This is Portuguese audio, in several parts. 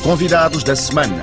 Convidados da semana.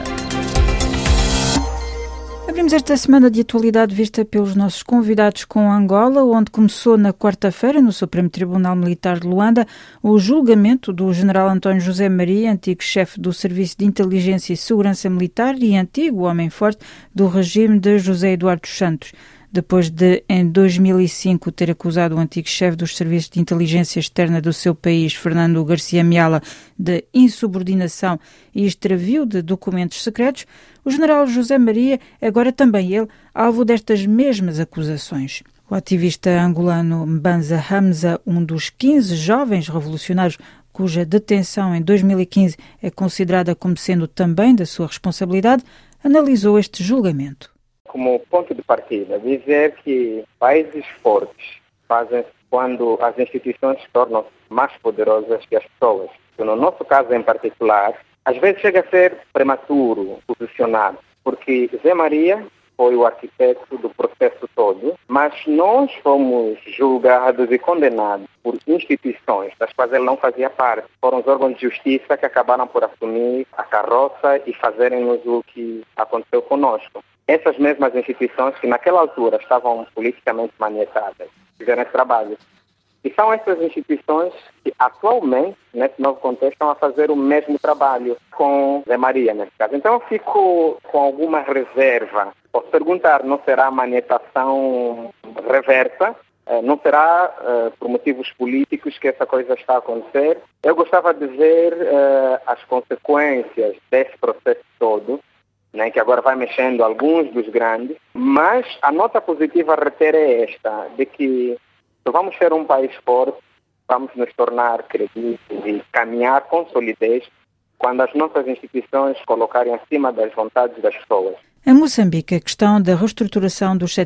Abrimos esta semana de atualidade vista pelos nossos convidados com Angola, onde começou na quarta-feira, no Supremo Tribunal Militar de Luanda, o julgamento do general António José Maria, antigo chefe do Serviço de Inteligência e Segurança Militar e antigo homem forte do regime de José Eduardo dos Santos. Depois de, em 2005, ter acusado o antigo chefe dos serviços de inteligência externa do seu país, Fernando Garcia Miala, de insubordinação e extravio de documentos secretos, o general José Maria é agora também ele alvo destas mesmas acusações. O ativista angolano Mbanza Hamza, um dos 15 jovens revolucionários cuja detenção em 2015 é considerada como sendo também da sua responsabilidade, analisou este julgamento. Como ponto de partida, dizer que países fortes fazem-se quando as instituições se tornam mais poderosas que as pessoas. No nosso caso em particular, às vezes chega a ser prematuro posicionar, porque Zé Maria foi o arquiteto do processo todo, mas nós fomos julgados e condenados por instituições das quais ele não fazia parte. Foram os órgãos de justiça que acabaram por assumir a carroça e fazerem-nos o que aconteceu conosco. Essas mesmas instituições que naquela altura estavam politicamente manietadas, fizeram esse trabalho. E são essas instituições que atualmente, nesse novo contexto, estão a fazer o mesmo trabalho com Zé Maria, nesse caso. Então eu fico com alguma reserva. Posso perguntar, não será manietação reversa? Não será por motivos políticos que essa coisa está a acontecer? Eu gostava de ver as consequências desse processo todo, né, que agora vai mexendo alguns dos grandes, mas a nota positiva a reter é esta, de que vamos ser um país forte, vamos nos tornar credíveis e caminhar com solidez quando as nossas instituições colocarem acima das vontades das pessoas. Em Moçambique, a questão da reestruturação dos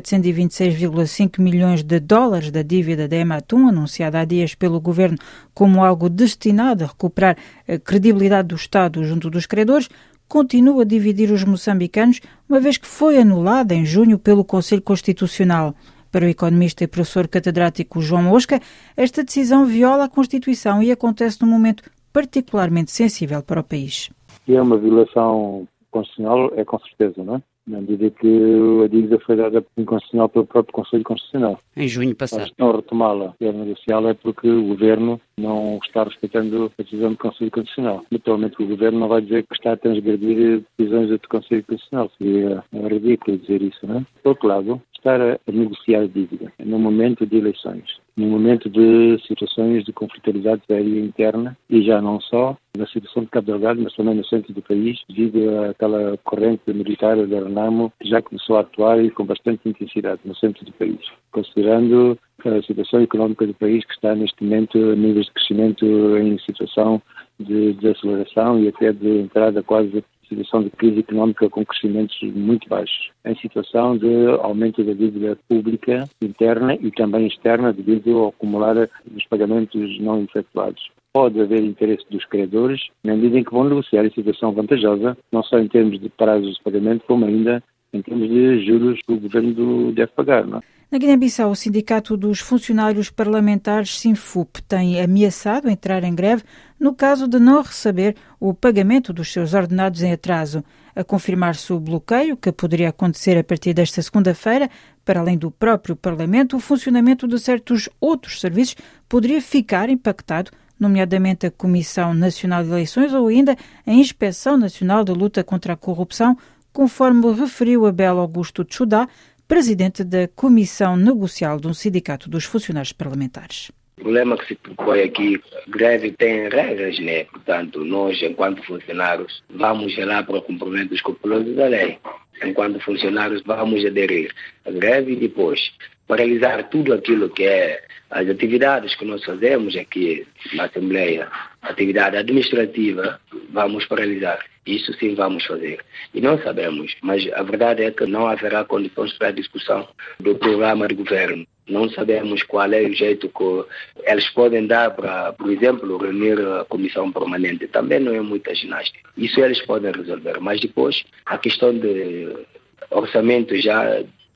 726,5 milhões de dólares da dívida da Ematum, anunciada há dias pelo governo como algo destinado a recuperar a credibilidade do Estado junto dos credores, continua a dividir os moçambicanos, uma vez que foi anulada em junho pelo Conselho Constitucional. Para o economista e professor catedrático João Osca, esta decisão viola a Constituição e acontece num momento particularmente sensível para o país. É uma violação constitucional, é com certeza, não é? Na medida que a dívida foi dada inconstitucional pelo próprio Conselho Constitucional. Em junho passado. Se não retomá-la e negociá-la é porque o Governo não está respeitando a decisão do Conselho Constitucional. Naturalmente o Governo não vai dizer que está a transgredir decisões do Conselho Constitucional. Seria ridículo dizer isso, não é? Por outro lado, estar a negociar a dívida num momento de eleições, num momento de situações de conflitualidade séria interna e já não só na situação de Cabo Delgado, mas também no centro do país, devido àquela corrente militar da Renamo que já começou a atuar e com bastante intensidade no centro do país, considerando a situação económica do país que está neste momento a níveis de crescimento em situação de desaceleração e até de entrada quase situação de crise económica com crescimentos muito baixos, em situação de aumento da dívida pública interna e também externa devido ao acumular dos pagamentos não efetuados. Pode haver interesse dos credores na medida em que vão negociar em situação vantajosa, não só em termos de prazos de pagamento, como ainda em termos de juros que o governo deve pagar, não é? Na Guiné-Bissau, o Sindicato dos Funcionários Parlamentares, SINFUP, tem ameaçado entrar em greve no caso de não receber o pagamento dos seus ordenados em atraso. A confirmar-se o bloqueio, que poderia acontecer a partir desta segunda-feira, para além do próprio Parlamento, o funcionamento de certos outros serviços poderia ficar impactado, nomeadamente a Comissão Nacional de Eleições ou ainda a Inspeção Nacional de Luta contra a Corrupção, conforme referiu Abel Augusto Tchudá, presidente da Comissão Negocial do Sindicato dos Funcionários Parlamentares. O problema que se propõe aqui, greve tem regras, né? Portanto, nós, enquanto funcionários, vamos zelar para o cumprimento dos escrupulosos da lei. Enquanto funcionários, vamos aderir à greve e depois paralisar tudo aquilo que é as atividades que nós fazemos aqui na Assembleia, atividade administrativa, vamos paralisar. Isso sim vamos fazer. E não sabemos, mas a verdade é que não haverá condições para a discussão do programa de governo. Não sabemos qual é o jeito que eles podem dar para, por exemplo, reunir a comissão permanente. Também não é muita ginástica. Isso eles podem resolver. Mas depois, a questão de orçamento já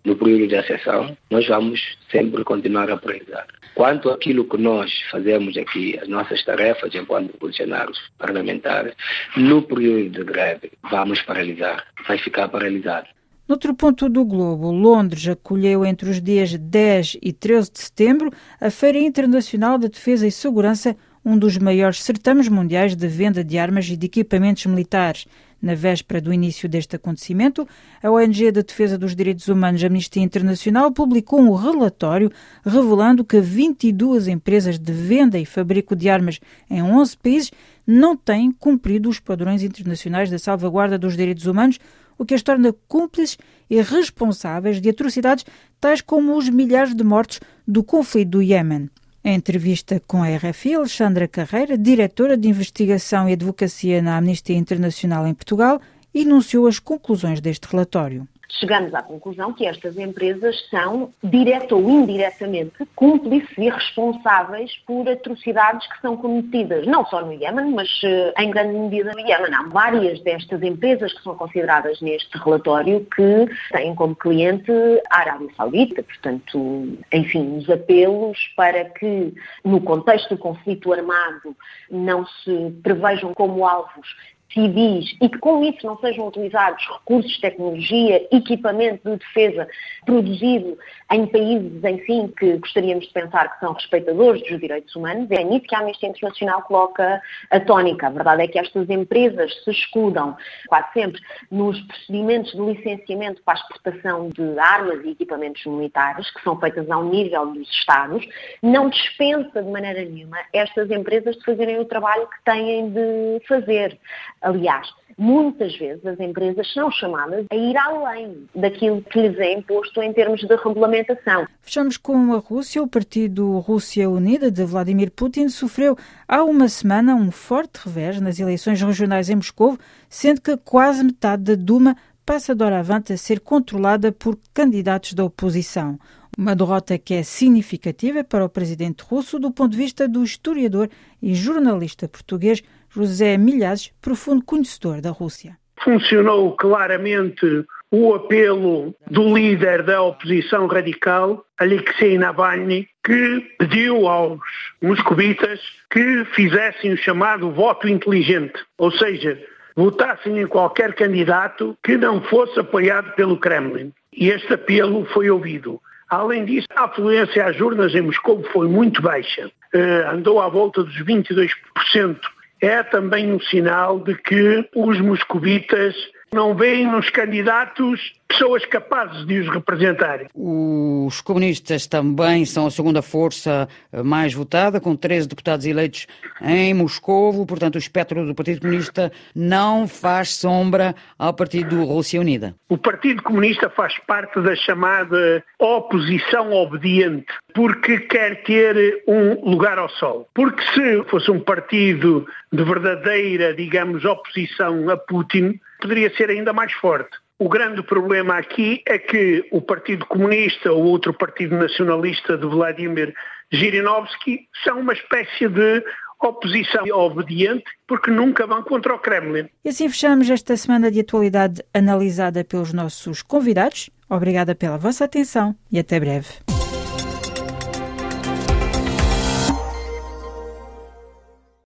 no período de exceção, nós vamos sempre continuar a paralisar. Quanto àquilo que nós fazemos aqui, as nossas tarefas enquanto funcionários parlamentares, no período de greve, vamos paralisar, vai ficar paralisado. Noutro ponto do globo, Londres acolheu entre os dias 10 e 13 de setembro a Feira Internacional de Defesa e Segurança, um dos maiores certames mundiais de venda de armas e de equipamentos militares. Na véspera do início deste acontecimento, a ONG de Defesa dos Direitos Humanos Amnistia Internacional publicou um relatório revelando que 22 empresas de venda e fabrico de armas em 11 países não têm cumprido os padrões internacionais da salvaguarda dos direitos humanos, o que as torna cúmplices e responsáveis de atrocidades tais como os milhares de mortos do conflito do Iémen. Em entrevista com a RFI, Alexandra Carreira, diretora de Investigação e Advocacia na Amnistia Internacional em Portugal, enunciou as conclusões deste relatório. Chegamos à conclusão que estas empresas são, direta ou indiretamente, cúmplices e responsáveis por atrocidades que são cometidas, não só no Iémen, mas em grande medida no Iémen. Há várias destas empresas que são consideradas neste relatório que têm como cliente a Arábia Saudita. Portanto, enfim, os apelos para que, no contexto do conflito armado, não se prevejam como alvos civis e que com isso não sejam utilizados recursos de tecnologia, equipamento de defesa produzido em países, enfim, que gostaríamos de pensar que são respeitadores dos direitos humanos. É nisso que a Amnistia Internacional coloca a tónica. A verdade é que estas empresas se escudam quase sempre nos procedimentos de licenciamento para a exportação de armas e equipamentos militares, que são feitas ao nível dos Estados, não dispensa de maneira nenhuma estas empresas de fazerem o trabalho que têm de fazer. Aliás, muitas vezes as empresas são chamadas a ir além daquilo que lhes é imposto em termos de regulamentação. Fechamos com a Rússia. O partido Rússia Unida de Vladimir Putin sofreu há uma semana um forte revés nas eleições regionais em Moscovo, sendo que quase metade da Duma passa de doravante a ser controlada por candidatos da oposição. Uma derrota que é significativa para o presidente russo do ponto de vista do historiador e jornalista português José Milhazes, profundo conhecedor da Rússia. Funcionou claramente o apelo do líder da oposição radical, Alexei Navalny, que pediu aos moscovitas que fizessem o chamado voto inteligente, ou seja, votassem em qualquer candidato que não fosse apoiado pelo Kremlin. E este apelo foi ouvido. Além disso, a afluência às urnas em Moscou foi muito baixa, andou à volta dos 22%. É também um sinal de que os moscovitas não veem nos candidatos pessoas capazes de os representarem. Os comunistas também são a segunda força mais votada, com 13 deputados eleitos em Moscovo. Portanto, o espectro do Partido Comunista não faz sombra ao Partido Rússia Unida. O Partido Comunista faz parte da chamada oposição obediente, porque quer ter um lugar ao sol. Porque se fosse um partido de verdadeira, digamos, oposição a Putin, poderia ser ainda mais forte. O grande problema aqui é que o Partido Comunista ou outro partido nacionalista de Vladimir Zhirinovsky são uma espécie de oposição obediente porque nunca vão contra o Kremlin. E assim fechamos esta semana de atualidade analisada pelos nossos convidados. Obrigada pela vossa atenção e até breve.